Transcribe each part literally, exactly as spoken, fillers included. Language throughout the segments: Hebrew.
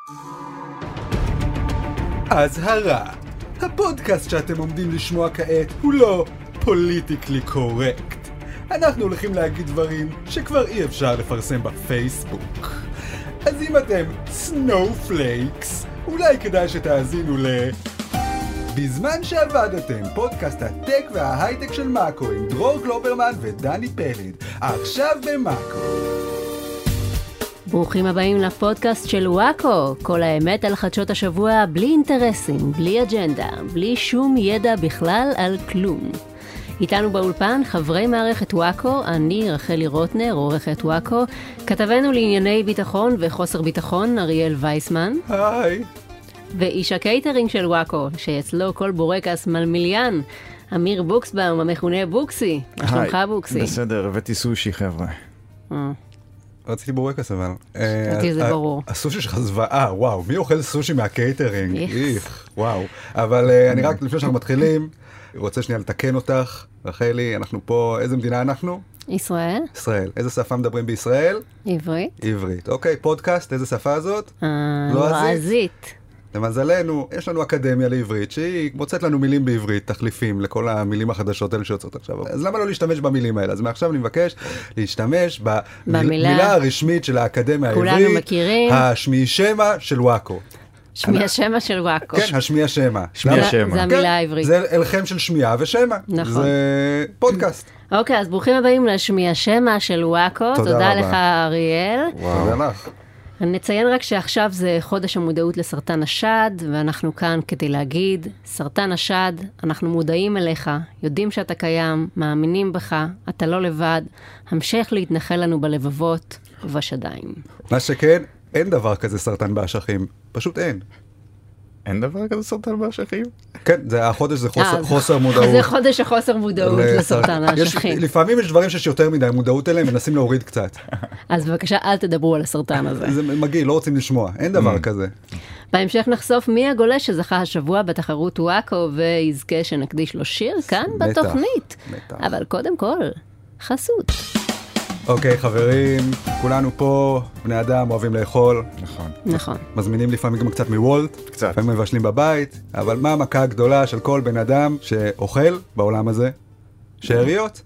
אזהרה, הפודקאסט שאתם עומדים לשמוע כעת הוא לא פוליטיקלי קורקט. אנחנו הולכים להגיד דברים שכבר אי אפשר לפרסם בפייסבוק. אז אם אתם סנופלייקס, אולי כדאי שתאזינו ל... בזמן שעבדתם, פודקאסט הטק וההייטק של מאקו עם דרור גלוברמן ודני פלד, עכשיו במאקו. ברוכים הבאים לפודקאסט של וואקו, כל האמת על חדשות השבוע בלי אינטרסים, בלי אג'נדה, בלי שום ידע בכלל על כלום. איתנו באולפן חברי מערכת וואקו, אני רחלי רוטנר, עורכת וואקו, כתבנו לענייני ביטחון וחוסר ביטחון, אריאל וייסמן. היי. ואיש הקייטרינג של וואקו, שאצלו כל בורקס מלמיליאן, אמיר בוקסבאום, המכונה בוקסי. מה שלומך בוקסי? בסדר, הבאתי סושי חבר'ה. רציתי בורקס אבל. אותי זה ברור. הסושי שלך זוועה, וואו, מי אוכל סושי מהקייטרינג? איך, וואו. אבל אני רק לפני שאנחנו מתחילים, רוצה שנייה לתקן אותך, רחלי, אנחנו פה, איזה מדינה אנחנו? ישראל. ישראל. איזה שפה מדברים בישראל? עברית. עברית. אוקיי, פודקאסט, איזה שפה זאת? לועזית. למזלנו, יש לנו אקדמיה לעברית, שהיא מוצאת לנו מילים בעברית, תחליפים לכל המילים החדשות האלה שיוצאות עכשיו. אז למה לא להשתמש במילים האלה? אז מעכשיו אני מבקש להשתמש במילה הרשמית של האקדמיה העברית. כולנו מכירים. השמי שמה של וואקו. שמי השמה של וואקו. כן, השמי השמה. שמי השמה. זה המילה העברית. זה אלחם של שמיעה ושמה. נכון. זה פודקאסט. אוקיי, אז ברוכים הבאים לשמי השמה של וואקו. תודה לך אריאל. תודה לך. נציין רק שעכשיו זה חודש המודעות לסרטן השד, ואנחנו כאן כדי להגיד, סרטן השד, אנחנו מודעים אליך, יודעים שאתה קיים, מאמינים בך, אתה לא לבד, המשך להתנחל לנו בלבבות ובשדיים. מה שכן, אין דבר כזה סרטן באשכים, פשוט אין. אין דבר כזה סרטן באשכים? כן, זה, החודש זה חוסר, חוסר מודעות. זה חודש החוסר מודעות לסרטן האשכים. לפעמים יש דברים שיש יותר מדי מודעות אליהם, מנסים להוריד קצת. אז בבקשה, אל תדברו על הסרטן הזה. זה מגיע, לא רוצים לשמוע, אין דבר כזה. בהמשך נחשוף מי הגולש שזכה השבוע בתחרות וואקו, ויזכה שנקדיש לו שיר כאן בתוכנית. אבל קודם כל, חסות. אוקיי, חברים, כולנו פה, בני אדם, אוהבים לאכול. נכון. נכון. מזמינים לפעמים גם קצת מוולט. קצת. לפעמים מבשלים בבית, אבל מה המכה הגדולה של כל בן אדם שאוכל בעולם הזה? שאריות.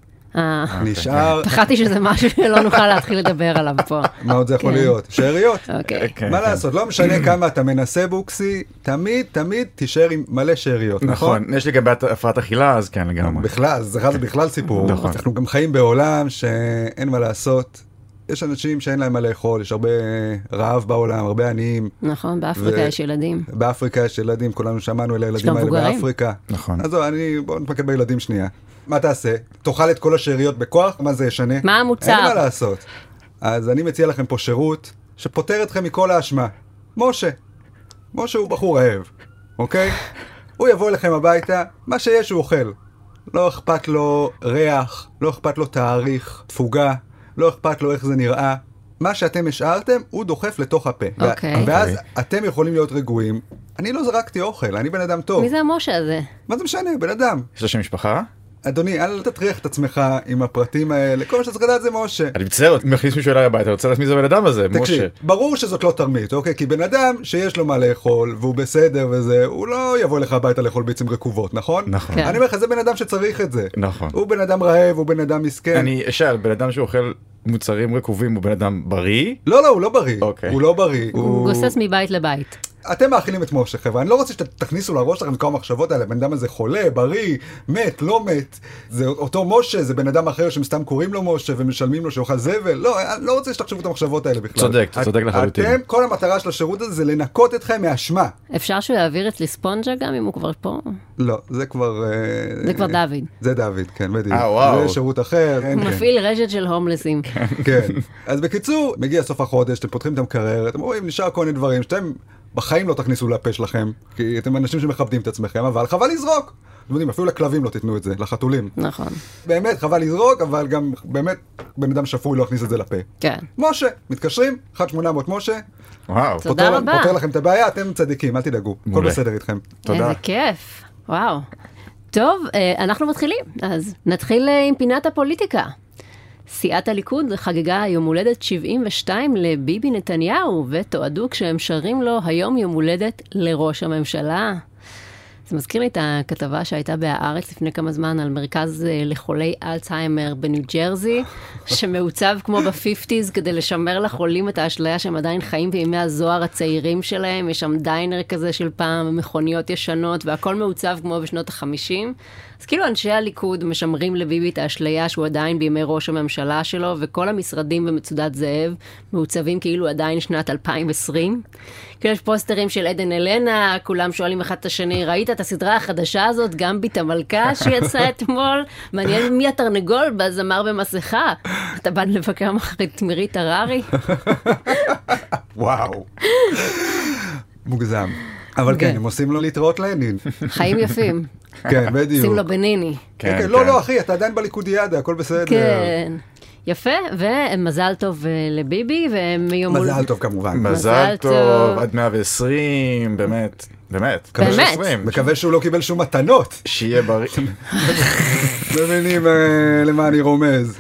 נשאר... פחדתי שזה משהו שלא נוכל להתחיל לדבר עליו פה. מה עוד זה יכול להיות? שאריות. אוקיי. מה לעשות? לא משנה כמה אתה מנסה בוקסי, תמיד, תמיד תישאר עם מלא שאריות, נכון? נכון. יש לי גם הפרעת אכילה, אז כן, לגמרי. בכלל, זה בכלל סיפור. אנחנו גם חיים בעולם שאין מה לעשות. יש אנשים שאין להם מה לאכול, יש הרבה רעב בעולם, הרבה עניים. נכון, באפריקה יש ילדים. באפריקה יש ילדים, כולנו שמענו על הילדים האלה באפריקה. נכון. אז בואו נתמקד בילדים שנייה. מה תעשה? תאכל את כל השאריות בכוח? מה זה ישנה? מה המוצר? אין מה לעשות. אז אני מציע לכם פה שירות שפותר אתכם מכל האשמה. משה. משה הוא בחור רעב, אוקיי? הוא יבוא אליכם הביתה, מה שיש הוא אוכל. לא אכפת לו ריח, לא אכפת לו תאריך, תפוגה, לא אכפת לו איך זה נראה. מה שאתם השארתם, הוא דוחף לתוך הפה. אוקיי. ואז אתם יכולים להיות רגועים. אני לא זרקתי אוכל, אני בן אדם טוב. מי זה המשה הזה? מה זה משנה? בן אדם. יש לו שם משפחה? אדוני, אל תטריח את עצמך עם הפרטים האלה, כל מה שאתה צריך לדעת זה משה. אני מצטער, מכניס מישהו אליי הביתה, אני רוצה לדעת מי זה בן אדם הזה, משה. תקשיב, ברור שזאת לא תרמית, אוקיי? כי בן אדם שיש לו מה לאכול, והוא בסדר וזה, הוא לא יבוא לך הביתה לאכול ביצים רקובות, נכון? נכון. אני אומר לך, זה בן אדם שצריך את זה. נכון. הוא בן אדם רעב, הוא בן אדם מסכן. אני אשאל, בן אדם שאוכל מוצרים רקובים הוא בן אדם בריא? לא, לא, הוא לא בריא. אוקיי. הוא לא בריא. הוא גוסס מבית לבית. אתם מאכילים את משה, חבר'ה. אני לא רוצה שתכניסו לראש לכם כל המחשבות האלה. בן אדם הזה חולה, בריא, מת, לא מת. זה אותו משה, זה בן אדם אחר שסתם קוראים לו משה ומשלמים לו שאוכל זבל. לא, אני לא רוצה שתחשבו את המחשבות האלה בכלל. צודק, צודק לחלוטין. אתם, כל המטרה של השירות הזה זה לנקות אתכם מאשמה. אפשר שהוא יעביר אצלי ספונג'ה גם אם הוא כבר פה? לא, זה כבר... זה כבר דוד. זה דוד, כן, בדיוק. אה, וואו. זה שירות אחר. הוא מפעיל רשת של הומלסים. כן. אז בקיצור, מגיע סוף החודש, אתם פותחים את המקרר, אתם רואים, נשאר כל מיני דברים שאתם בחיים לא תכניסו לפה שלכם, כי אתם אנשים שמכבדים את עצמכם, אבל חבל לזרוק. אתם יודעים, אפילו לכלבים לא תיתנו את זה, לחתולים. נכון. באמת, חבל לזרוק, אבל גם באמת בן אדם שפוי לא הכניס את זה לפה. כן. משה, מתקשרים, אחת שמונה אפס אפס משה. וואו. תודה רבה. פותר לכם את הבעיה, אתם צדיקים, אל תדאגו. הכל בסדר איתכם. תודה. איזה כיף. וואו. טוב, אנחנו מתחילים. אז נתחיל עם פינת הפוליטיקה. סיעת הליכוד חגגה יום הולדת שבעים ושתיים לביבי נתניהו, ותועדו כשהם שרים לו היום יום הולדת לראש הממשלה. זה מזכיר לי את הכתבה שהייתה בהארץ לפני כמה זמן על מרכז לחולי אלצהיימר בניו ג'רזי, שמעוצב כמו ב-חמישים כדי לשמר לחולים את האשליה שהם עדיין חיים בימי הזוהר הצעירים שלהם. יש שם דיינר כזה של פעם, מכוניות ישנות, והכל מעוצב כמו בשנות ה-חמישים. אז כאילו אנשי הליכוד משמרים לביבי את האשליה שהוא עדיין בימי ראש הממשלה שלו, וכל המשרדים במצודת זאב מעוצבים כאילו עדיין שנת אלפיים ועשרים. כאילו יש פוסטרים של עדן אלנה, כולם שואלים אחד את השני, ראית את הסדרה החדשה הזאת, גמבית המלכה שיצאה אתמול? מעניין מי התרנגול בזמר במסכה? אתה בא לבקר מחר את מירית הררי? וואו. מוגזם. אבל כן, הם עושים לו להתראות לנין. חיים יפים. כן, בדיוק. שים לו בניני. כן, כן, לא, לא, אחי, אתה עדיין בליכודיאדה, הכל בסדר. כן. יפה, ומזל טוב לביבי, ומיום... מזל טוב כמובן. מזל טוב, עד מאה ועשרים, באמת, באמת. באמת. מקווה שהוא לא קיבל שום מתנות. שיהיה בריא. מבינים למה אני רומז.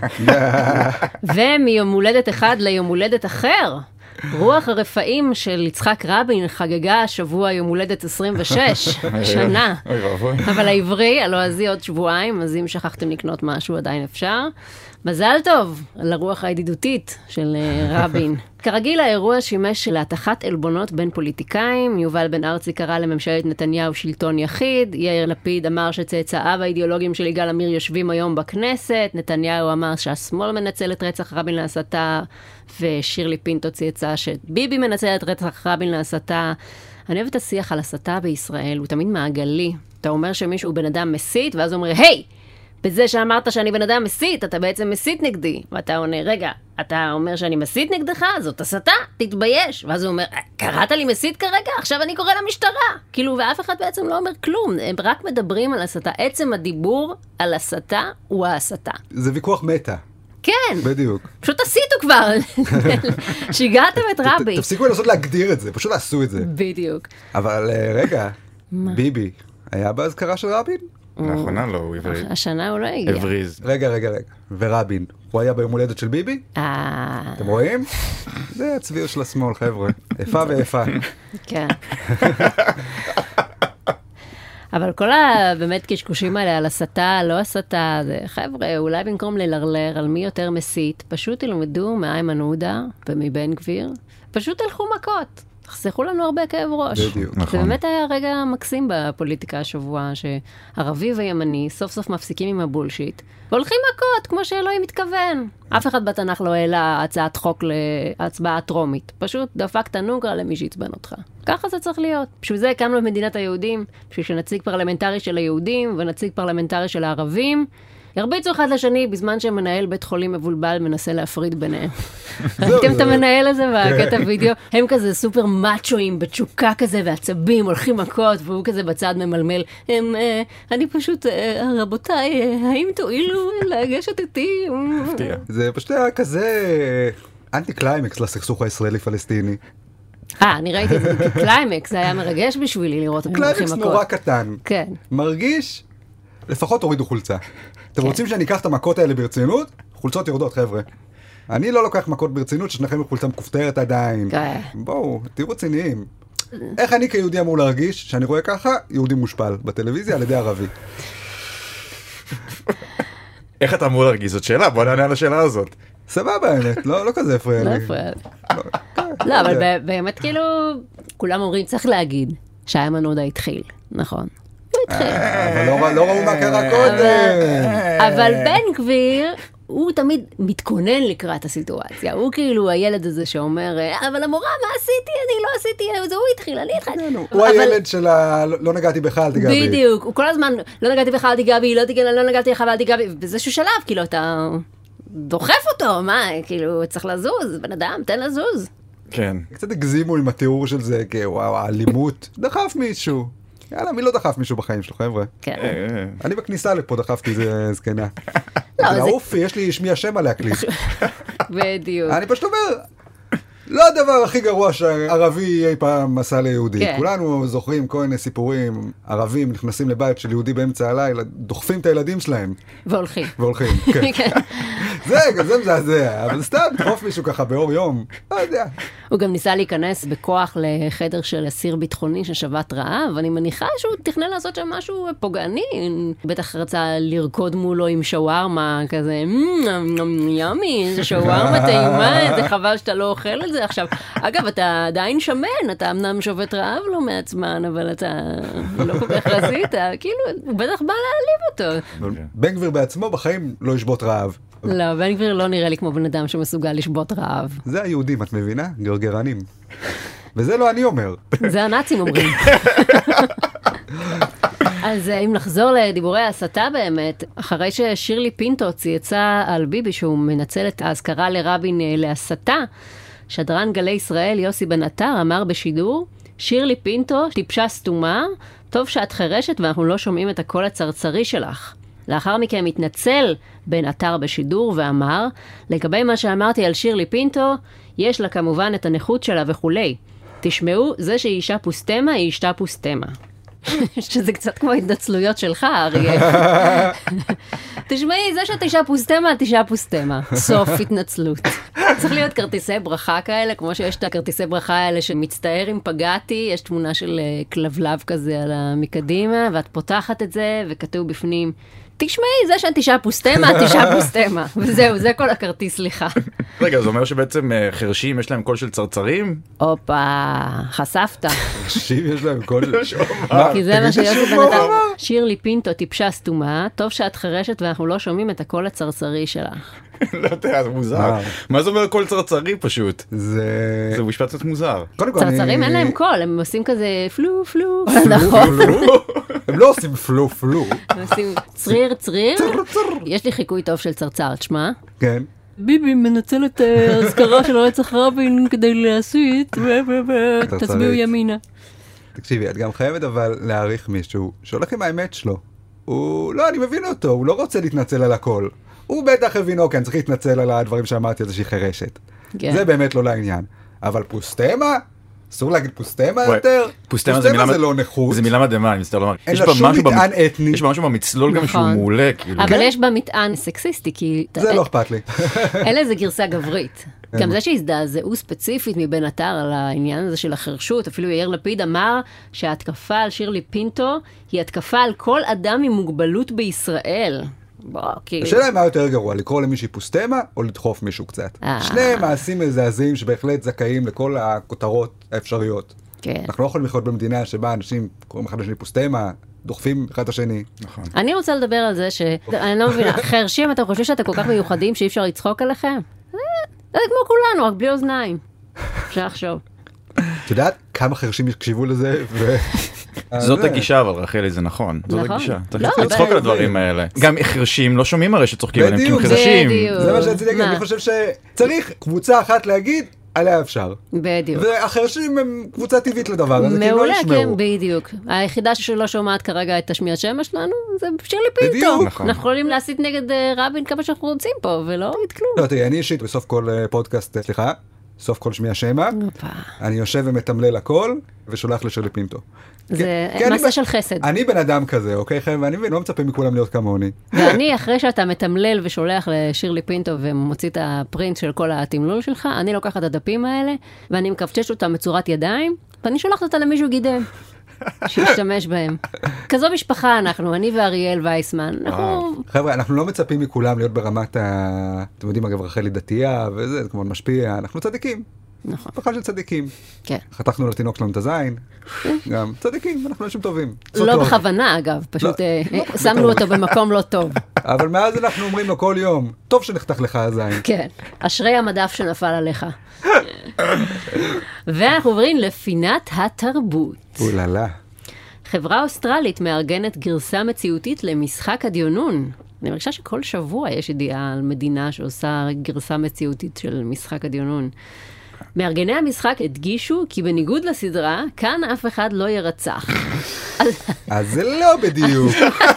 ומיום הולדת אחד ליום הולדת אחר. רוח הרפאים של יצחק רבין חגגה השבוע יום הולדת עשרים ושש שנה. אבל העברי, הלועזי עוד שבועיים, אז אם שכחתם לקנות משהו עדיין אפשר. מזל טוב לרוח הידידותית של רבין. כרגיל האירוע שימש להתחת עלבונות בין פוליטיקאים. יובל בן ארצי קרא לממשלת נתניהו שלטון יחיד. יאיר לפיד אמר שצאצאיו האידיאולוגיים של יגאל עמיר יושבים היום בכנסת. נתניהו אמר שהשמאל מנצל את רצח רבין להסתה, ושירלי פינטו צייצה שביבי מנצל את רצח רבין להסתה. אני אוהבת השיח על הסתה בישראל, הוא תמיד מעגלי. אתה אומר שמישהו בן אדם מסית, ואז הוא אומר, היי! בזה שאמרת שאני בן אדם מסית, אתה בעצם מסית נגדי. ואתה עונה, רגע, אתה אומר שאני מסית נגדך? זאת הסתה, תתבייש. ואז הוא אומר, קראת לי מסית כרגע? עכשיו אני קורא למשטרה. כאילו, ואף אחד בעצם לא אומר כלום. הם רק מדברים על הסתה. עצם הדיבור על הסתה הוא ההסתה. זה ויכוח מטה. כן. בדיוק. פשוט עשיתו כבר. שיגעתם את רבי. תפסיקו לנסות להגדיר את זה, פשוט עשו את זה. בדיוק. אבל רגע, ביבי, היה בהזכרה של רבין? לאחרונה לא, הוא הבריז. השנה הוא לא הגיע. הבריז. רגע, רגע, רגע. ורבין, הוא היה ביום הולדת של ביבי? אה... אתם רואים? זה הצביעות של השמאל, חבר'ה. איפה ואיפה. כן. אבל כל הבאמת קשקושים האלה על הסתה, לא הסתה, זה חבר'ה, אולי במקום ללרלר על מי יותר מסית, פשוט תלמדו מאיימן עודה ומבן גביר, פשוט תלכו מכות. תחסכו לנו הרבה כאב ראש. בדיוק. נכון. זה באמת היה רגע מקסים בפוליטיקה השבוע, שערבי וימני סוף סוף מפסיקים עם הבולשיט, והולכים מכות כמו שאלוהים מתכוון. אף אחד בתנ"ך לא העלה הצעת חוק להצבעה טרומית. פשוט דפק תנוגרה למי שיצבן אותך. ככה זה צריך להיות. בשביל זה הקמנו את מדינת היהודים, בשביל שנציג פרלמנטרי של היהודים ונציג פרלמנטרי של הערבים, ירביצו אחד לשני בזמן שמנהל בית חולים מבולבל מנסה להפריד ביניהם. ראיתם את המנהל הזה בקטע וידאו? הם כזה סופר מאצ'ואים, בתשוקה כזה ועצבים, הולכים מכות, והוא כזה בצד ממלמל. אני פשוט, רבותיי, האם תועילו לגשת איתי? זה פשוט היה כזה אנטי קליימקס לסכסוך הישראלי-פלסטיני. אה, אני ראיתי את זה כקליימקס, זה היה מרגש בשבילי לראות את הולכים מכות. קליימקס נורא קטן. כן. מרגיש, לפחות תורידו חולצה. אתם רוצים שאני אקח את המכות האלה ברצינות? חולצות יורדות, חבר'ה. אני לא לוקח מכות ברצינות, ששניכם חולצה מכופתרת עדיין. בואו, תהיו רציניים. איך אני כיהודי אמור להרגיש שאני רואה ככה יהודי מושפל בטלוויזיה על ידי ערבי? איך אתה אמור להרגיש? זאת שאלה, בוא נענה על השאלה הזאת. סבבה, האמת, לא כזה הפריע לי. לא הפריע לי. לא, אבל באמת כאילו, כולם אומרים, צריך להגיד שאיימן עודה התחיל, נכון? אבל לא ראו מה קרה קודם. אבל בן גביר, הוא תמיד מתכונן לקראת הסיטואציה. הוא כאילו הילד הזה שאומר, אבל המורה, מה עשיתי? אני לא עשיתי, זה הוא התחיל, אני התחיל. הוא הילד של לא נגעתי בך, אל תיגע בי. בדיוק, הוא כל הזמן, לא נגעתי בך, אל תיגע בי, לא נגעתי בך, אל תיגע בי. באיזשהו שלב, כאילו, אתה דוחף אותו, מה? כאילו, צריך לזוז, בן אדם, תן לזוז. כן. קצת הגזימו עם התיאור של זה, כוואו, האלימות, דחף מישהו. יאללה, מי לא דחף מישהו בחיים שלו, חבר'ה? כן. אני בכניסה לפה דחפתי איזה זקנה. אופי, יש לי שמי השם על להקליט. בדיוק. אני פשוט אומר, לא הדבר הכי גרוע שערבי אי פעם עשה ליהודי. כולנו זוכרים כל מיני סיפורים, ערבים נכנסים לבית של יהודי באמצע הלילה, דוחפים את הילדים שלהם. והולכים. והולכים, כן. זה, גם זה מזעזע, אבל סתם, תחוף מישהו ככה באור יום, לא יודע. הוא גם ניסה להיכנס בכוח לחדר של אסיר ביטחוני ששבת רעב, ואני מניחה שהוא תכנן לעשות שם משהו פוגעני, בטח רצה לרקוד מולו עם שווארמה, כזה, ימי, זה שווארמה טעימה, זה חבל שאתה לא אוכל את זה עכשיו. אגב, אתה עדיין שמן, אתה אמנם שובת רעב לא מעט זמן, אבל אתה לא כל כך רזית, כאילו, הוא בטח בא להעליב אותו. בן גביר בעצמו בחיים לא ישבות רעב. לא, בן גביר לא נראה לי כמו בן אדם שמסוגל לשבות רעב. זה היהודים, את מבינה? גרגרנים. וזה לא אני אומר. זה הנאצים אומרים. אז אם נחזור לדיבורי ההסתה באמת, אחרי ששירלי פינטו צייצה על ביבי שהוא מנצל את ההזכרה לרבין להסתה, שדרן גלי ישראל יוסי בן עטר אמר בשידור, שירלי פינטו טיפשה סתומה, טוב שאת חרשת ואנחנו לא שומעים את הקול הצרצרי שלך. לאחר מכן מתנצל בן עטר בשידור ואמר, לגבי מה שאמרתי על שירלי פינטו, יש לה כמובן את הנכות שלה וכולי. תשמעו, זה שהיא אישה פוסטמה, היא אישה פוסטמה. שזה קצת כמו התנצלויות שלך, אריה. תשמעי, זה שאת אישה פוסטמה, את אישה פוסטמה. סוף התנצלות. צריך להיות כרטיסי ברכה כאלה, כמו שיש את הכרטיסי ברכה האלה שמצטער אם פגעתי, יש תמונה של כלבלב כזה על המקדימה, ואת פותחת את זה, וכתוב בפנים, תשמעי, זה שאת אישה פוסטמה, את אישה פוסטמה. וזהו, זה כל הכרטיס, סליחה. רגע, זה אומר שבעצם חרשים יש להם קול של צרצרים? הופה, חשפת. חרשים יש להם קול של... כי זה מה שיוסי בן עטר. שירלי פינטו טיפשה סתומה, טוב שאת חרשת ואנחנו לא שומעים את הקול הצרצרי שלך. לא יודע, זה מוזר. מה זה אומר קול צרצרי פשוט? זה... זה משפט קצת מוזר. צרצרים אין להם קול, הם עושים כזה פלו פלו. נכון. הם לא עושים פלו פלו. הם עושים צריר צריר. יש לי חיקוי טוב של צרצר, תשמע. כן. ביבי מנצל את ההזכרה של רצח רבין כדי להסית, תצביעו ימינה. תקשיבי, את גם חייבת אבל להעריך מישהו שהולך עם האמת שלו. הוא, לא, אני מבין אותו, הוא לא רוצה להתנצל על הכל. הוא בטח הבין, אוקיי, אני צריך להתנצל על הדברים שאמרתי על זה שהיא חרשת. זה באמת לא לעניין. אבל פוסטמה? אסור להגיד פוסטמה יותר? פוסטמה זה לא נחוץ. זה מילה מדהימה, אני מצטער לומר. אין לה שום מטען אתני. יש בה משהו במצלול גם שהוא מעולה. אבל יש בה מטען סקסיסטי, כי... זה לא אכפת לי. אלה זה גרסה גברית. גם זה שהזדעזעו ספציפית מבן עטר על העניין הזה של החרשות, אפילו יאיר לפיד אמר שההתקפה על שירלי פינטו היא התקפה על כל אדם עם מוגבלות בישראל. השאלה מה יותר גרוע, לקרוא למישהי פוסטמה או לדחוף מישהו קצת. שני מעשים מזעזעים שבהחלט זכאים לכל הכותרות האפשריות. אנחנו לא יכולים לחיות במדינה שבה אנשים קוראים אחד לשני פוסטמה, דוחפים אחד השני. אני רוצה לדבר על זה ש... אני לא מבינה, חרשים, אתם חושבים שאתם כל כך מיוחדים שאי אפשר לצחוק עליכם? זה כמו כולנו, רק בלי אוזניים. אפשר לחשוב. את יודעת כמה חרשים יקשיבו לזה? זאת הגישה, אבל רחלי, זה נכון. זאת הגישה. צריך לצחוק על הדברים האלה. גם חרשים לא שומעים הרי שצוחקים עליהם, כי הם חרשים. זה מה שרציתי להגיד, אני חושב שצריך קבוצה אחת להגיד, עליה אפשר. בדיוק. והחרשים הם קבוצה טבעית לדבר הזה, כי הם לא ישמעו. מעולה, כן, בדיוק. היחידה שלא שומעת כרגע את השמיעת שמש שלנו, זה שירלי פינטו. אנחנו יכולים להסית נגד רבין כמה שאנחנו רוצים פה, ולא להגיד כלום. לא, תראי, אני אישית בסוף כל פודקאסט, סליחה, סוף כל שמיע שמה, אני יושב ומתמלל הכל, ושולח לשירלי פינטו. זה מסע של חסד. אני בן אדם כזה, אוקיי, חיים, ואני לא מצפה מכולם להיות כמוני. ואני, אחרי שאתה מתמלל ושולח לשירלי פינטו ומוציא את הפרינט של כל התמלול שלך, אני לוקחת את הדפים האלה, ואני מקפצ'ש אותם בצורת ידיים, ואני שולחת אותה למישהו גידם, שישתמש בהם. כזו משפחה אנחנו, אני ואריאל וייסמן. חבר'ה, אנחנו לא מצפים מכולם להיות ברמת ה... אתם יודעים, אגב, רחלי דתייה, וזה, זה כמובן משפיע, אנחנו צדיקים. נכון. משפחה של צדיקים. כן. חתכנו לתינוק שלנו את הזין. גם צדיקים, אנחנו אנשים טובים. לא בכוונה, אגב. פשוט שמנו אותו במקום לא טוב. אבל מאז אנחנו אומרים לו כל יום, טוב שנחתך לך הזין. כן. אשרי המדף שנפל עליך. ואנחנו עוברים לפינת התרבות. אוללה. חברה אוסטרלית מארגנת גרסה מציאותית למשחק הדיונון. אני מרגישה שכל שבוע יש ידיעה על מדינה שעושה גרסה מציאותית של משחק הדיונון. מארגני המשחק הדגישו כי בניגוד לסדרה, כאן אף אחד לא ירצח. אז זה לא בדיוק.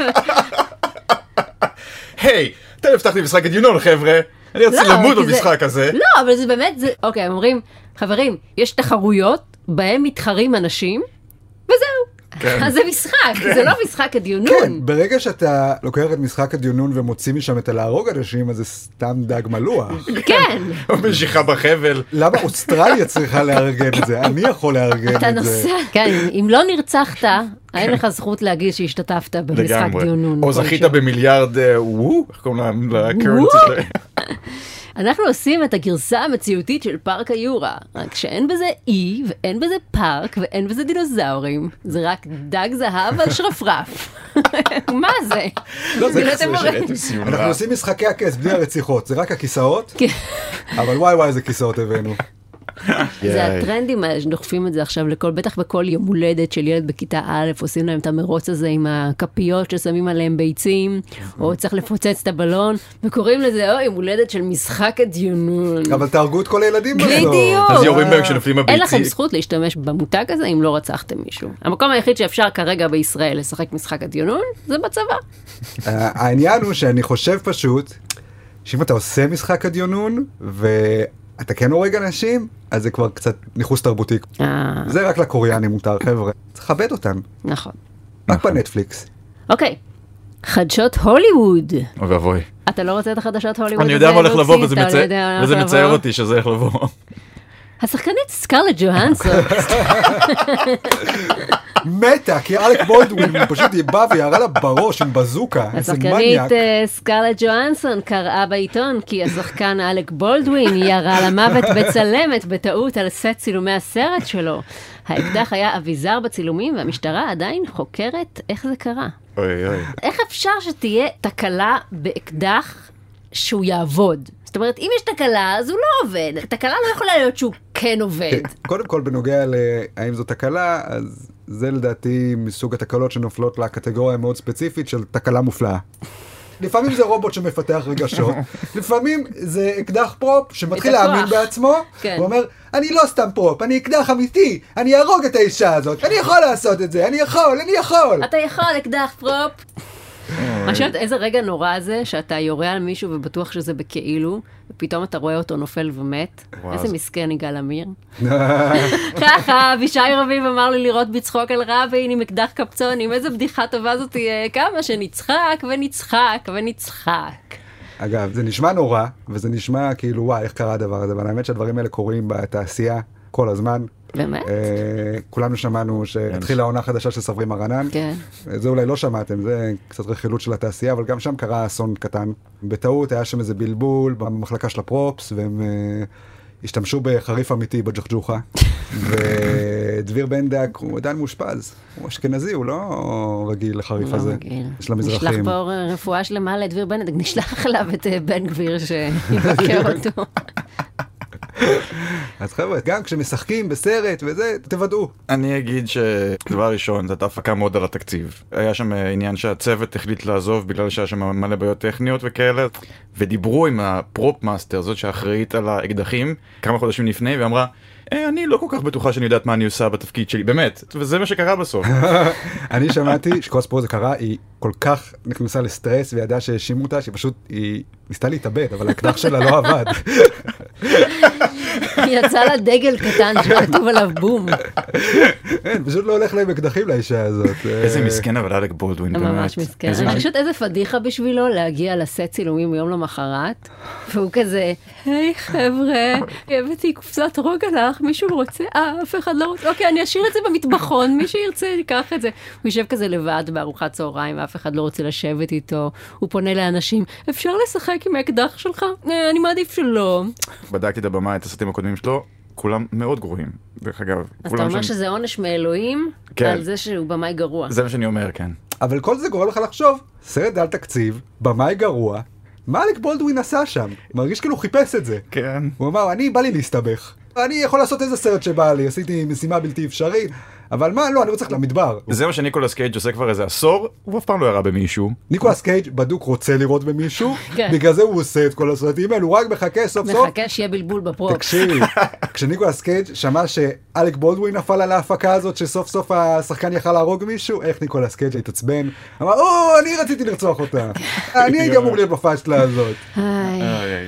היי, אתם הבטחתי משחק הדיונון, חבר'ה. אני רוצה למות במשחק הזה. לא, אבל זה באמת, אוקיי, הם אומרים, חברים, יש תחרויות בהם מתחרים אנשים, וזהו. אז זה משחק, זה לא משחק הדיונון. כן, ברגע שאתה לוקח את משחק הדיונון ומוציא משם את להרוג אנשים, אז זה סתם דג מלוח. כן. או משיכה בחבל. למה אוסטרליה צריכה לארגן את זה? אני יכול לארגן את זה. אתה נוסע. כן, אם לא נרצחת, אין לך זכות להגיד שהשתתפת במשחק דיונון. או זכית במיליארד, וואו, איך קוראים לקרנסי שלהם? אנחנו עושים את הגרסה המציאותית של פארק היורה, רק שאין בזה אי, ואין בזה פארק, ואין בזה דינוזאורים. זה רק דג זהב על שרפרף. מה זה? לא, זה אנחנו עושים משחקי הכס בלי הרציחות, זה רק הכיסאות, אבל וואי וואי איזה כיסאות הבאנו. זה הטרנדים האלה שדוחפים את זה עכשיו לכל, בטח בכל יום הולדת של ילד בכיתה א', עושים להם את המרוץ הזה עם הכפיות ששמים עליהם ביצים, או צריך לפוצץ את הבלון, וקוראים לזה, או, יום הולדת של משחק הדיונון. אבל תהרגו את כל הילדים בסוף. בדיוק. אז יורים בהם כשנופלים הביצים. אין לכם זכות להשתמש במותג הזה אם לא רצחתם מישהו. המקום היחיד שאפשר כרגע בישראל לשחק משחק הדיונון, זה בצבא. העניין הוא שאני חושב פשוט, שאם אתה עושה משחק הדיונון, ו... אתה כן הורג אנשים, אז זה כבר קצת ניחוס תרבותי. זה רק לקוריאנים מותר, חבר'ה. צריך לכבד אותם. נכון. רק בנטפליקס. אוקיי. חדשות הוליווד. אוי ואבוי. אתה לא רוצה את החדשות הוליווד? אני יודע מה הולך לבוא, וזה מצער אותי שזה הולך לבוא. השחקנית סקרלט ג'והנסון. מתה, כי אלק בולדווין פשוט בא וירה לה בראש עם בזוקה. השחקנית סקרלט ג'והנסון קראה בעיתון כי השחקן אלק בולדווין ירה למוות בצלמת בטעות על סט צילומי הסרט שלו. האקדח היה אביזר בצילומים והמשטרה עדיין חוקרת איך זה קרה. אוי אוי. איך אפשר שתהיה תקלה באקדח שהוא יעבוד? זאת אומרת, אם יש תקלה, אז הוא לא עובד. תקלה לא יכולה להיות שהוא כן עובד. קודם כל, בנוגע להאם זו תקלה, אז זה לדעתי מסוג התקלות שנופלות לקטגוריה מאוד ספציפית של תקלה מופלאה. לפעמים זה רובוט שמפתח רגשות, לפעמים זה אקדח פרופ שמתחיל להאמין בעצמו, הוא אומר, אני לא סתם פרופ, אני אקדח אמיתי, אני ארוג את האישה הזאת, אני יכול לעשות את זה, אני יכול, אני יכול. אתה יכול, אקדח פרופ. אני חושבת איזה רגע נורא זה שאתה יורה על מישהו ובטוח שזה בכאילו, ופתאום אתה רואה אותו נופל ומת. איזה מסכן יגאל עמיר. ככה, אבישי רביב אמר לי לראות בצחוק על רבין עם אקדח קפצונים, איזה בדיחה טובה זאת תהיה, כמה שנצחק ונצחק ונצחק. אגב, זה נשמע נורא, וזה נשמע כאילו, וואי, איך קרה הדבר הזה, אבל האמת שהדברים האלה קורים בתעשייה כל הזמן. באמת? כולנו שמענו שהתחילה העונה חדשה של סברי מרנן. כן. זה אולי לא שמעתם, זה קצת רכילות של התעשייה, אבל גם שם קרה אסון קטן. בטעות היה שם איזה בלבול במחלקה של הפרופס, והם השתמשו בחריף אמיתי בג'חג'וחה. ודביר בן דק הוא עדיין מאושפז. הוא אשכנזי, הוא לא רגיל לחריף הזה. יש לה מזרחים. נשלח פה רפואה שלמה לדביר בן דק, נשלח אליו את בן גביר שיבקר אותו. אז חבר'ה, גם כשמשחקים בסרט וזה, תוודאו. אני אגיד שדבר ראשון, זאת הפקה מאוד על התקציב. היה שם עניין שהצוות החליט לעזוב בגלל שהיה שם מלא בעיות טכניות וכאלה, ודיברו עם הפרופ מאסטר, זאת שאחראית על האקדחים, כמה חודשים לפני, ואמרה, אני לא כל כך בטוחה שאני יודעת מה אני עושה בתפקיד שלי, באמת, וזה מה שקרה בסוף. אני שמעתי שכל הסיפור הזה קרה, היא כל כך נכנסה לסטרס וידעה שהאשימו אותה, שהיא פשוט, היא ניסתה להתאבד, אבל האקדח שלה לא עבד. היא יצאה לה דגל קטן שכתוב עליו בום. אין, פשוט לא הולך להם אקדחים לאישה הזאת. איזה מסכן אבל אלק בולדווין. ממש מסכן. אני חושבת איזה פדיחה בשבילו להגיע לסט צילומים יום למחרת, והוא כזה, היי חבר'ה, הבאתי קופסת רוג עלך, מישהו רוצה, אה, אף אחד לא רוצה, אוקיי, אני אשאיר את זה במטבחון, מי שירצה ייקח את זה. הוא יושב כזה לבד בארוחת צהריים, ואף אחד לא רוצה לשבת איתו. הוא פונה לאנשים, אפשר לשחק עם האקדח שלך? אני מעדיף שלא. בדקתי את הבמה, את הסרטים הקודמים שלו, כולם מאוד גרועים, דרך אגב. אז אתה אומר שזה עונש מאלוהים, על זה שהוא במאי גרוע. זה מה שאני אומר, כן. אבל כל זה גורם לך לחשוב, סרט דל תקציב, במאי גרוע, מה אלק בולדווין עשה שם? מרגיש כאילו חיפש את זה. כן. הוא אמר, אני בא לי להסתבך. אני יכול לעשות איזה סרט שבא לי, עשיתי משימה בלתי אפשרית, אבל מה, לא, אני רוצה ללכת למדבר. זה מה שניקולס קייג' עושה כבר איזה עשור, הוא אף פעם לא ירה במישהו. ניקולס קייג' בדוק רוצה לראות במישהו, בגלל זה הוא עושה את כל הסרטים האלו, הוא רק מחכה סוף סוף. מחכה שיהיה בלבול בפרופ. תקשיב, כשניקולס קייג' שמע שאלק בולדווין נפל על ההפקה הזאת, שסוף סוף השחקן יכל להרוג מישהו, איך ניקולס קייג' התעצבן? אמר, או, אני רציתי לרצוח אותה. אני הייתי אמור להיות בפאשלה הזאת. איי איי איי.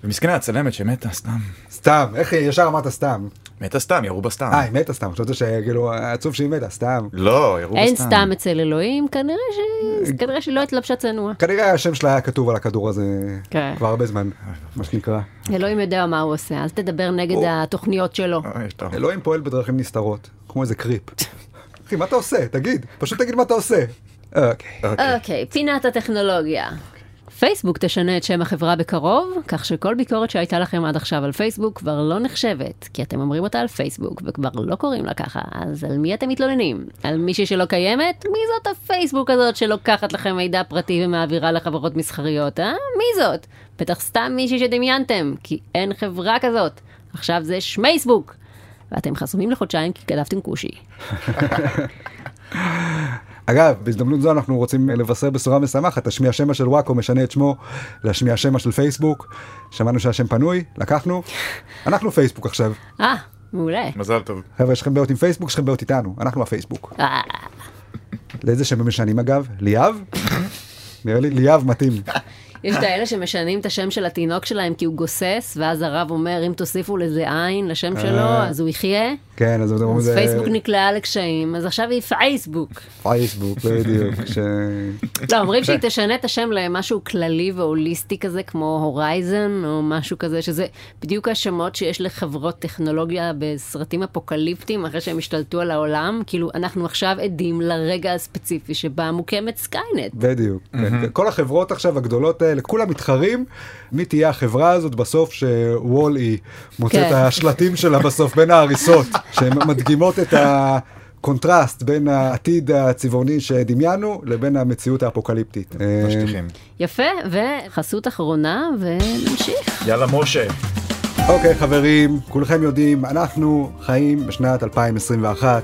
ומסכנה הצלמת שמתה סתם. סתם, איך ישר אמרת סתם? מתה סתם, ירו בה סתם. אה, היא מתה סתם, חשבתי שכאילו, עצוב שהיא מתה, סתם. לא, ירו בה סתם. אין סתם אצל אלוהים, כנראה ש... כנראה שהיא לא התלבשה צנוע. כנראה השם שלה היה כתוב על הכדור הזה כן. כבר הרבה זמן, מה שנקרא. אלוהים יודע מה הוא עושה, אז תדבר נגד התוכניות שלו. אוי, טוב. אלוהים פועל בדרכים נסתרות, כמו איזה קריפ. אחי, מה אתה עושה? תגיד, פשוט תגיד מה אתה עושה. אוקיי. אוקיי, פינת הטכנולוגיה. פייסבוק תשנה את שם החברה בקרוב, כך שכל ביקורת שהייתה לכם עד עכשיו על פייסבוק כבר לא נחשבת, כי אתם אומרים אותה על פייסבוק, וכבר לא קוראים לה ככה, אז על מי אתם מתלוננים? על מישהי שלא קיימת? מי זאת הפייסבוק הזאת שלוקחת לכם מידע פרטי ומעבירה לחברות מסחריות, אה? מי זאת? בטח סתם מישהי שדמיינתם, כי אין חברה כזאת. עכשיו זה שמייסבוק. ואתם חסומים לחודשיים כי כתבתם קושי. אגב, בהזדמנות זו אנחנו רוצים לבשר בשורה משמחת, השמיע שמה של וואקו משנה את שמו להשמיע שמה של פייסבוק. שמענו שהשם פנוי, לקחנו, אנחנו פייסבוק עכשיו. אה, מעולה. מזל טוב. חבר'ה, יש לכם בעיות עם פייסבוק, יש לכם בעיות איתנו, אנחנו הפייסבוק. אה, לאיזה שם משנים אגב? ליאב? נראה לי ליאב מתאים. יש את האלה שמשנים את השם של התינוק שלהם כי הוא גוסס, ואז הרב אומר, אם תוסיפו לזה עין לשם שלו, אז הוא יחיה. כן, אז אז פייסבוק נקלעה לקשיים, אז עכשיו היא פייסבוק. פייסבוק, בדיוק. לא, אומרים שהיא תשנה את השם למשהו כללי והוליסטי כזה, כמו הורייזן, או משהו כזה, שזה בדיוק השמות שיש לחברות טכנולוגיה בסרטים אפוקליפטיים, אחרי שהם השתלטו על העולם, כאילו אנחנו עכשיו עדים לרגע הספציפי שבה מוקמת סקיינט. בדיוק. כל החברות עכשיו הגדולות האלה, כולם מתחרים, מי תהיה החברה הזאת בסוף שוול-אי מוצא את השלטים שלה בסוף בין ההריסות, שהן מדגימות את הקונטרסט בין העתיד הצבעוני שדמיינו לבין המציאות האפוקליפטית. משטיחים. יפה, וחסות אחרונה, ונמשיך. יאללה משה. אוקיי חברים, כולכם יודעים, אנחנו חיים בשנת אלפיים עשרים ואחת,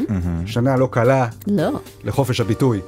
שנה לא קלה לא. לחופש הביטוי.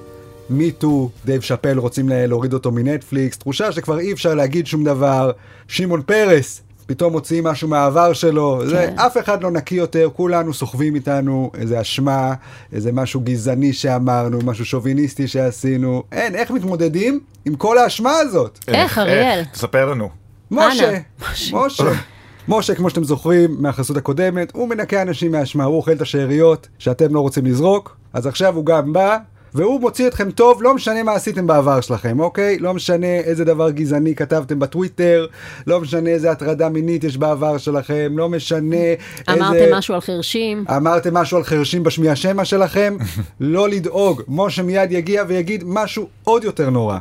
מיטו, דייב שאפל רוצים להוריד אותו מנטפליקס, תחושה שכבר אי אפשר להגיד שום דבר, שמעון פרס, פתאום מוציאים משהו מהעבר שלו, כן. זה, אף אחד לא נקי יותר, כולנו סוחבים איתנו איזה אשמה, איזה משהו גזעני שאמרנו, משהו שוביניסטי שעשינו, אין, איך מתמודדים עם כל האשמה הזאת? איך, אריאל? תספר לנו. משה, משה. משה, כמו שאתם זוכרים מהחסות הקודמת, הוא מנקה אנשים מהאשמה, הוא אוכל את השאריות שאתם לא רוצים לזרוק, אז עכשיו הוא גם בא, והוא מוציא אתכם טוב, לא משנה מה עשיתם בעבר שלכם, אוקיי? לא משנה איזה דבר גזעני כתבתם בטוויטר, לא משנה איזה הטרדה מינית יש בעבר שלכם, לא משנה אמרתם איזה... משהו על חרשים. אמרתם משהו על חרשים בשמיע שמה שלכם, לא לדאוג. משה מיד יגיע ויגיד משהו עוד יותר נורא.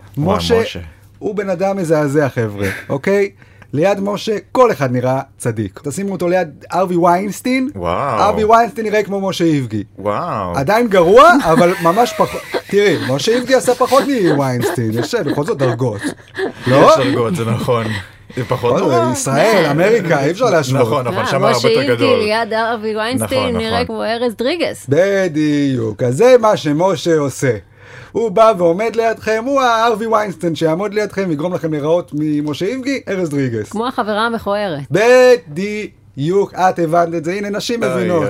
משה הוא בן אדם מזעזע, חבר'ה, אוקיי? ליד משה, כל אחד נראה צדיק. תשימו אותו ליד ארווי ויינסטיין. וואו. ארווי ויינסטיין נראה כמו משה איבגי. וואו. עדיין גרוע, אבל ממש פחות... תראי, משה איבגי עשה פחות מוויינסטיין. יש בכל זאת דרגות. לא? יש דרגות, זה נכון. זה פחות נורא. ישראל, אמריקה, אי אפשר להשוות. נכון, נכון, שם הרבה יותר משה איבגי גדול. ליד ארווי ויינסטיין נראה כמו ארז דריגס. בדיוק. אז זה מה שמשה עושה. הוא בא ועומד לידכם, הוא הארווי ויינסטיין שיעמוד לידכם ויגרום לכם לראות ממשה איבגי, ארז דריגס. כמו החברה המכוערת. בדיוק, את הבנת את זה, הנה נשים מבינות.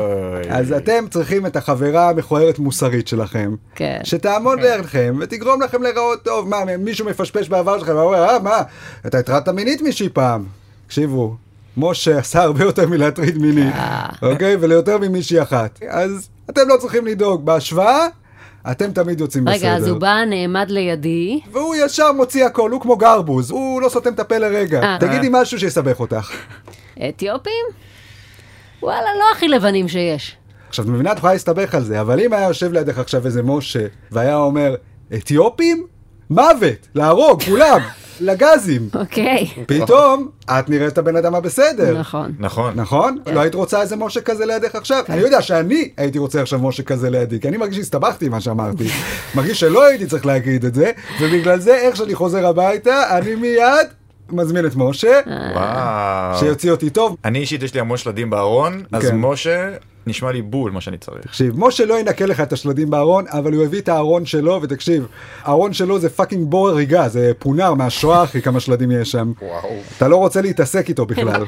אז אתם צריכים את החברה המכוערת מוסרית שלכם, שתעמוד לידכם ותגרום לכם לראות טוב. מה, מישהו מפשפש בעבר שלכם, ואומר, אה, מה, אתה הטרדת מינית מישהי פעם? תקשיבו, משה עשה הרבה יותר מלהטריד מינית, אוקיי? וליותר ממישהי אחת. אז אתם לא צריכים לדאוג, בהשוואה, אתם תמיד יוצאים בסדר. רגע, אז הוא בא, נעמד לידי. והוא ישר מוציא הכל, הוא כמו גרבוז, הוא לא סותם את הפה לרגע. תגידי משהו שיסבך אותך. אתיופים? וואלה, לא הכי לבנים שיש. עכשיו, את מבינה, את יכולה להסתבך על זה, אבל אם היה יושב לידך עכשיו איזה משה, והיה אומר, אתיופים? מוות, להרוג, כולם, לגזים. אוקיי. פתאום, את נראית את הבן אדם הבסדר. נכון. נכון. נכון? לא היית רוצה איזה משה כזה לידך עכשיו? אני יודע שאני הייתי רוצה עכשיו משה כזה לידי, כי אני מרגיש שהסתבכתי עם מה שאמרתי. מרגיש שלא הייתי צריך להגיד את זה, ובגלל זה, איך שאני חוזר הביתה, אני מיד מזמין את משה, וואו. שיוציא אותי טוב. אני אישית יש לי המון שלדים בארון, אז משה נשמע לי בול מה שאני צריך. תקשיב, משה לא ינקה לך את השלדים בארון, אבל הוא הביא את הארון שלו, ותקשיב, הארון שלו זה פאקינג בור הריגה, זה פונר מהשואה, אחי, כמה שלדים יש שם. וואו. אתה לא רוצה להתעסק איתו בכלל.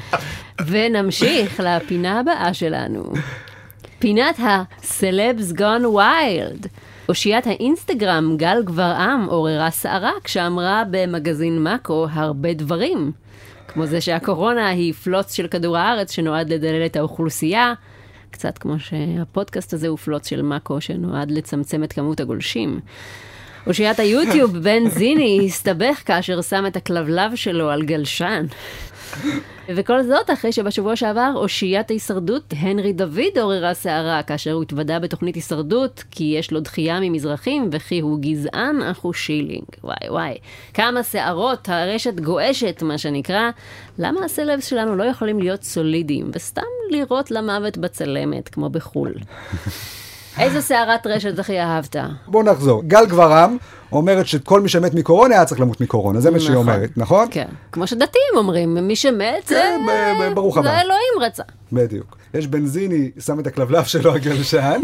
ונמשיך לפינה הבאה שלנו. פינת ה-Celebs Gone Wild. אושיית האינסטגרם גל גברעם עוררה סערה כשאמרה במגזין מאקו הרבה דברים. כמו זה שהקורונה היא פלוץ של כדור הארץ שנועד לדלל את האוכלוסייה, קצת כמו שהפודקאסט הזה הוא פלוץ של מאקו שנועד לצמצם את כמות הגולשים. אושיית היוטיוב בן זיני הסתבך כאשר שם את הכלבלב שלו על גלשן. וכל זאת אחרי שבשבוע שעבר אושיית ההישרדות הנרי דוד עוררה שערה כאשר הוא התוודע בתוכנית הישרדות כי יש לו דחייה ממזרחים וכי הוא גזען אך הוא שילינג. וואי וואי, כמה שערות, הרשת גועשת מה שנקרא. למה הסלבס שלנו לא יכולים להיות סולידיים וסתם לירות למוות בצלמת כמו בחול? איזו שערת רשת הכי אהבת? בואו נחזור. גל גברם אומרת שכל מי שמת מקורונה היה צריך למות מקורונה, זה מה שהיא אומרת, נכון? כן. כמו שדתיים אומרים, מי שמת זה... ברוך הבא. זה אלוהים רצה. בדיוק. יש בנזיני, שם את הכלבלב שלו הגלשן,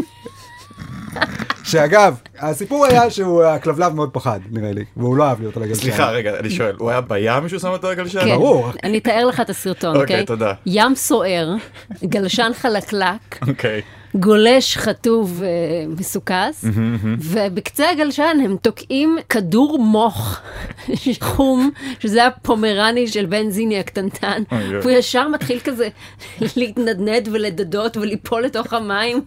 שאגב, הסיפור היה שהוא הכלבלב מאוד פחד, נראה לי, והוא לא אהב להיות על הגלשן. סליחה, רגע, אני שואל, הוא היה בים מישהו שם אותו על הגלשן? כן. ברור. אני אתאר לך את הסרטון, אוקיי? אוקיי, תודה. ים סוער, גלשן חלקלק, אוקיי. גולש חטוב מסוכס, ובקצה הגלשן הם תוקעים כדור מוח חום, שזה הפומרני של בן זיני הקטנטן, והוא ישר מתחיל כזה להתנדנד ולדדות וליפול לתוך המים.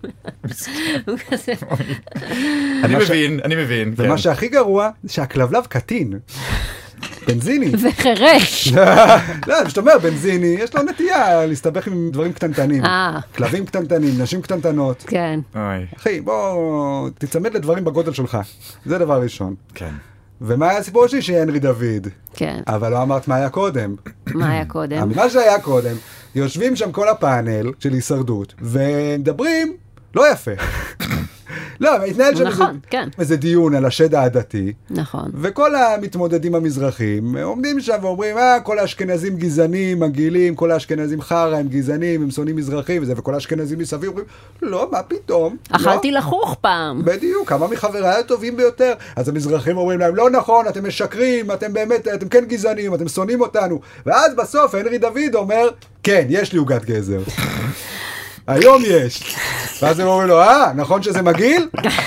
אני מבין, אני מבין. ומה שהכי גרוע, זה שהכלבלב קטין. בנזיני. וחרש. לא, זאת אומרת, בנזיני, יש לו נטייה להסתבך עם דברים קטנטנים. אה. כלבים קטנטנים, נשים קטנטנות. כן. אוי. אחי, בוא, תצמד לדברים בגודל שלך. זה דבר ראשון. כן. ומה היה הסיפור שלי? שהנרי דוד. כן. אבל לא אמרת מה היה קודם. מה היה קודם? מה שהיה קודם, יושבים שם כל הפאנל של הישרדות, ומדברים לא יפה. לא, התנהל שם נכון, כן. איזה דיון על השד העדתי. נכון. וכל המתמודדים המזרחים עומדים שם ואומרים, אה, כל האשכנזים גזענים, מגעילים, כל האשכנזים חרא, הם גזענים, הם שונאים מזרחים וזה, וכל האשכנזים מסביב אומרים, לא, מה פתאום? אכלתי לא. לחוך פעם. בדיוק, כמה מחבריי הטובים ביותר. אז המזרחים אומרים להם, לא נכון, אתם משקרים, אתם באמת, אתם כן גזענים, אתם שונאים אותנו. ואז בסוף הנרי דוד אומר, כן, יש לי עוגת גזר. היום יש. ואז הם אומרים לו, אה, נכון שזה מגעיל?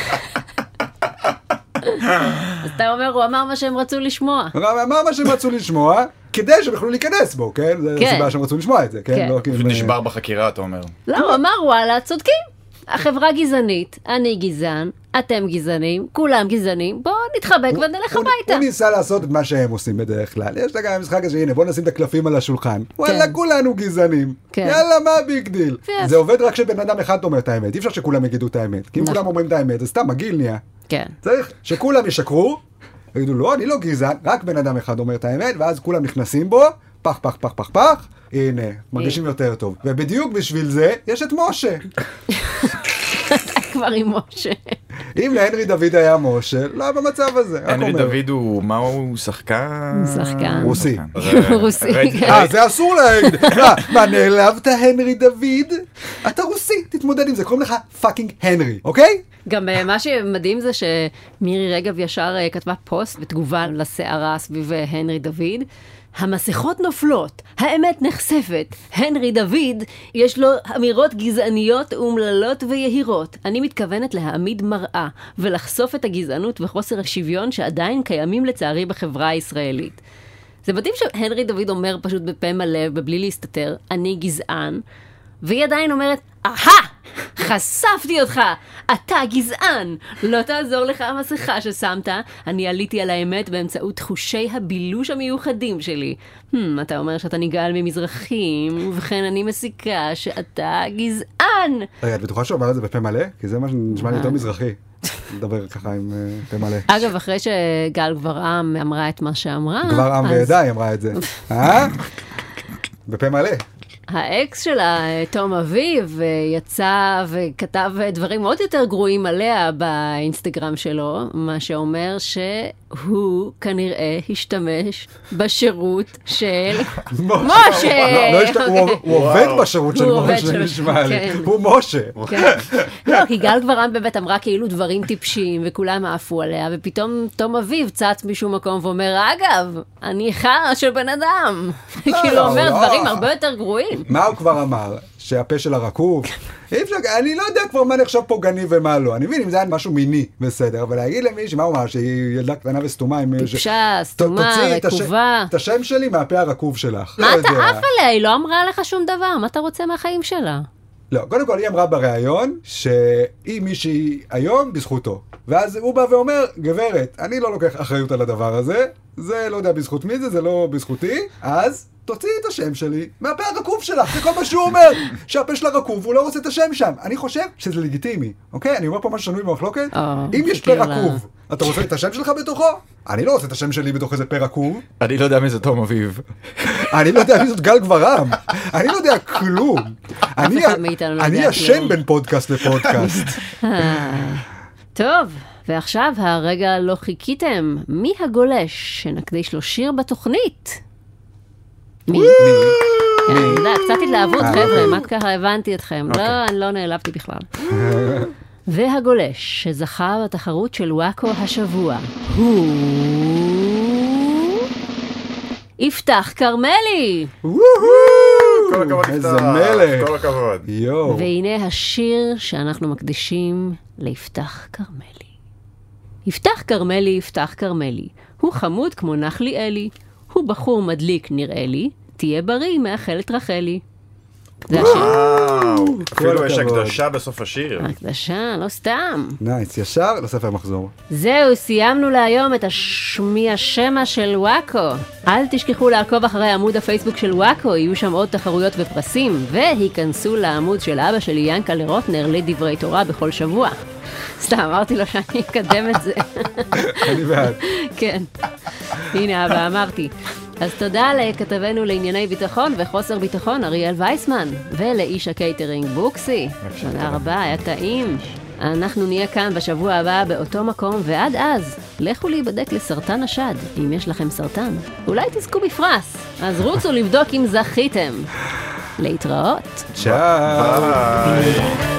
אז אתה אומר, הוא אמר מה שהם רצו לשמוע. הוא אמר מה שהם רצו לשמוע, כדי שהם יוכלו להיכנס בו, כן? זו סיבה שהם רצו לשמוע את זה, כן? ונשבר בחקירה, אתה אומר. לא, הוא אמר, וואלה, צודקים. החברה גזענית, אני גזען, אתם גזענים, כולם גזענים, בואו נתחבק ונלך הביתה. הוא ניסה לעשות את מה שהם עושים בדרך כלל. יש לה גם משחק הזה, הנה, בואו נשים את הקלפים על השולחן. וואלה, כולנו גזענים. יאללה, מה ביג דיל? זה עובד רק כשבן אדם אחד אומר את האמת. אי אפשר שכולם יגידו את האמת. כי אם כולם אומרים את האמת, זה סתם מגעיל נהיה. צריך שכולם ישקרו, ויגידו, לא, אני לא גזען, רק בן אדם אחד אומר את האמת, ואז כולם נכנסים בו, פח, פח, פח, פח, פח. הנה, מרגישים יותר טוב. ובדיוק בשביל זה יש את משה. כבר עם משה. אם להנרי דוד היה משה, לא במצב הזה. הנרי דוד הוא, מה הוא? שחקן? שחקן. רוסי. רוסי. אה, זה אסור להגיד. מה, נעלבת הנרי דוד? אתה רוסי, תתמודד עם זה. קוראים לך פאקינג הנרי, אוקיי? גם מה שמדהים זה שמירי רגב ישר כתבה פוסט בתגובה לסערה סביב הנרי דוד. המסכות נופלות, האמת נחשפת. הנרי דוד, יש לו אמירות גזעניות אומללות ויהירות. אני מתכוונת להעמיד מראה ולחשוף את הגזענות וחוסר השוויון שעדיין קיימים לצערי בחברה הישראלית. זה מדהים שהנרי דוד אומר פשוט בפה מלא ובלי להסתתר, אני גזען, והיא עדיין אומרת, אהה, חשפתי אותך, אתה גזען, לא תעזור לך המסכה ששמת, אני עליתי על האמת באמצעות חושי הבילוש המיוחדים שלי. Hmm, אתה אומר שאתה נגעל ממזרחים, ובכן אני מסיקה שאתה גזען. רגע, את בטוחה שהוא אמר את זה בפה מלא? כי זה מה שנשמע לי יותר מזרחי. לדבר ככה עם פה מלא. אגב, אחרי שגל גברעם אמרה את מה שאמרה... גברעם וידעי אמרה את זה. אה? בפה מלא. האקס שלה, תום אביב, יצא וכתב דברים מאוד יותר גרועים עליה באינסטגרם שלו, מה שאומר שהוא כנראה השתמש בשירות של משה. הוא עובד בשירות של משה, נשמע לי. הוא משה. לא, כי גל גברעם באמת אמרה כאילו דברים טיפשים, וכולם עפו עליה, ופתאום תום אביב צץ משום מקום ואומר, אגב, אני חרא של בן אדם. כאילו אומר דברים הרבה יותר גרועים. מבין. מה הוא כבר אמר? שהפה שלה רקוב? אי אפשר, אני לא יודע כבר מה נחשב פה גני ומה לא. אני מבין אם זה היה משהו מיני, בסדר, אבל להגיד למישהו, מה הוא אמר? שהיא ילדה קטנה וסתומה. טיפשה, סתומה, רקובה. את השם שלי מהפה הרקוב שלך. מה אתה עף עליה? היא לא אמרה לך שום דבר. מה אתה רוצה מהחיים שלה? לא, קודם כל היא אמרה בריאיון שהיא מישהי היום בזכותו. ואז הוא בא ואומר, גברת, אני לא לוקח אחריות על הדבר הזה, זה לא יודע בזכות מי זה, זה לא בזכותי, אז תוציאי את השם שלי מהפה הרקוב שלך, זה כל מה שהוא אומר, שהפה שלה רקוב, הוא לא רוצה את השם שם. אני חושב שזה לגיטימי, אוקיי? אני אומר פה משהו שנוי במחלוקת. אם יש פה רקוב, אתה רוצה את השם שלך בתוכו? אני לא רוצה את השם שלי בתוך איזה פה רקוב. אני לא יודע מי זה תום אביב. אני לא יודע מי זאת גל גברם. אני לא יודע כלום. אני ישן בין פודקאסט לפודקאסט. טוב, ועכשיו הרגע לא חיכיתם. מי הגולש שנקדיש לו שיר בתוכנית? מי? אני יודע, קצת התלהבות, חבר'ה, מה ככה הבנתי אתכם. לא, אני לא נעלבתי בכלל. והגולש שזכה בתחרות של וואקו השבוע הוא... יפתח כרמלי! כל הכבוד איזה מלך! כל הכבוד. והנה השיר שאנחנו מקדישים ליפתח כרמלי. יפתח כרמלי, יפתח כרמלי, הוא חמוד כמו נחלי אלי, הוא בחור מדליק נראה לי, תהיה בריא מאכלת רחלי. זה השיר. וואו, אפילו יש הקדשה בסוף השיר. הקדשה, לא סתם. נייס, ישר לספר מחזור. זהו, סיימנו להיום את השמי השמה של וואקו. אל תשכחו לעקוב אחרי עמוד הפייסבוק של וואקו, יהיו שם עוד תחרויות ופרסים, והיכנסו לעמוד של אבא שלי ינקלה רוטנר לדברי תורה בכל שבוע. סתם, אמרתי לו שאני אקדם את זה. אני בעד. כן. הנה אבא, אמרתי. אז תודה לכתבנו לענייני ביטחון וחוסר ביטחון אריאל וייסמן, ולאיש הקייטרינג בוקסי. תודה רבה, היה טעים. אנחנו נהיה כאן בשבוע הבא באותו מקום, ועד אז, לכו להיבדק לסרטן השד, אם יש לכם סרטן. אולי תזכו בפרס, אז רוצו לבדוק אם זכיתם. להתראות. צ'או. ביי.